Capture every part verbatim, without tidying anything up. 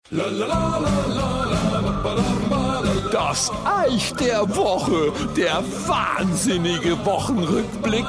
Das Eich der Woche, der wahnsinnige Wochenrückblick.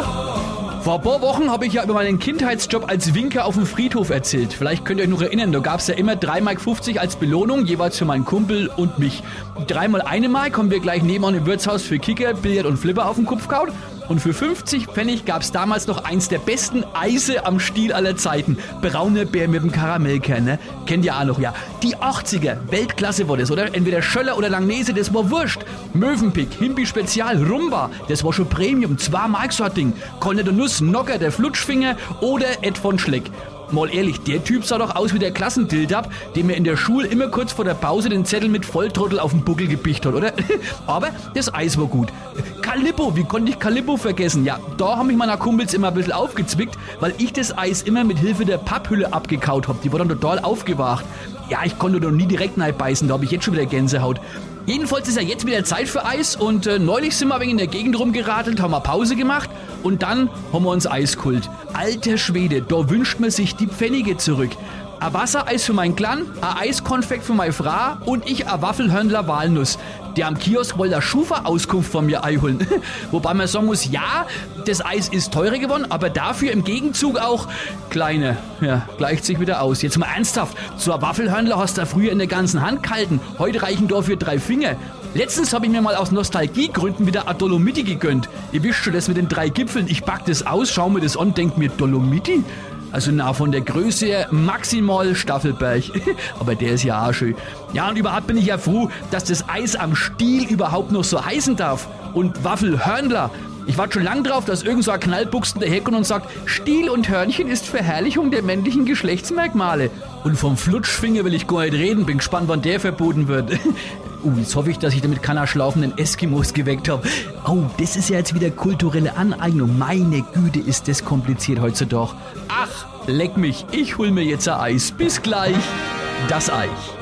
Vor ein paar Wochen habe ich ja über meinen Kindheitsjob als Winker auf dem Friedhof erzählt. Vielleicht könnt ihr euch noch erinnern, da gab es ja immer drei Mark fünfzig als Belohnung, jeweils für meinen Kumpel und mich. Dreimal eine Mark haben wir gleich nebenan im Wirtshaus für Kicker, Billard und Flipper auf den Kopf gehauen. Und für fünfzig Pfennig gab es damals noch eins der besten Eise am Stiel aller Zeiten. Braune Bär mit dem Karamellkern, ne? Kennt ihr auch noch, ja. Die achtziger, Weltklasse war das, oder? Entweder Schöller oder Langnese, das war wurscht. Mövenpick, Himbi Spezial, Rumba, das war schon Premium, zwei Mark so ein Ding. Kornet und Nuss, Nocker, der Flutschfinger oder Ed von Schleck. Mal ehrlich, der Typ sah doch aus wie der Klassendildab, dem mir in der Schule immer kurz vor der Pause den Zettel mit Volltrottel auf den Buckel gebicht hat, oder? Aber das Eis war gut. Calippo, wie konnte ich Calippo vergessen? Ja, da haben mich meine Kumpels immer ein bisschen aufgezwickt, weil ich das Eis immer mit Hilfe der Papphülle abgekaut habe. Die war dann total aufgewacht. Ja, ich konnte doch nie direkt reinbeißen, da habe ich jetzt schon wieder Gänsehaut. Jedenfalls ist ja jetzt wieder Zeit für Eis und äh, neulich sind wir ein wenig in der Gegend rumgeradelt, haben eine Pause gemacht und dann haben wir uns Eis geholt. Alter Schwede, da wünscht man sich die Pfennige zurück. Ein Wassereis für meinen Clan, ein Eiskonfekt für meine Frau und ich ein Waffelhörnler Walnuss. Der am Kiosk wollte eine Schufa-Auskunft von mir einholen. Wobei man sagen muss, ja, das Eis ist teurer geworden, aber dafür im Gegenzug auch kleiner. Ja, gleicht sich wieder aus. Jetzt mal ernsthaft, so ein Waffelhörnler hast du früher in der ganzen Hand gehalten. Heute reichen dafür drei Finger. Letztens habe ich mir mal aus Nostalgiegründen wieder eine Dolomiti gegönnt. Ihr wisst schon, das mit den drei Gipfeln. Ich pack das aus, schau mir das an, denk mir, Dolomiti? Also na, von der Größe her maximal Staffelberg. Aber der ist ja auch schön. Ja, und überhaupt bin ich ja froh, dass das Eis am Stiel überhaupt noch so heißen darf. Und Waffelhörnler. Ich warte schon lang drauf, dass irgend so ein Knallbuchsen daherkommt und sagt, Stiel und Hörnchen ist Verherrlichung der männlichen Geschlechtsmerkmale. Und vom Flutschfinger will ich gar nicht reden, bin gespannt, wann der verboten wird. Uh, jetzt hoffe ich, dass ich damit keiner schlafenden Eskimos geweckt habe. Oh, das ist ja jetzt wieder kulturelle Aneignung. Meine Güte, ist das kompliziert heutzutage. Ach, leck mich, ich hol mir jetzt ein Eis. Bis gleich, das Eich.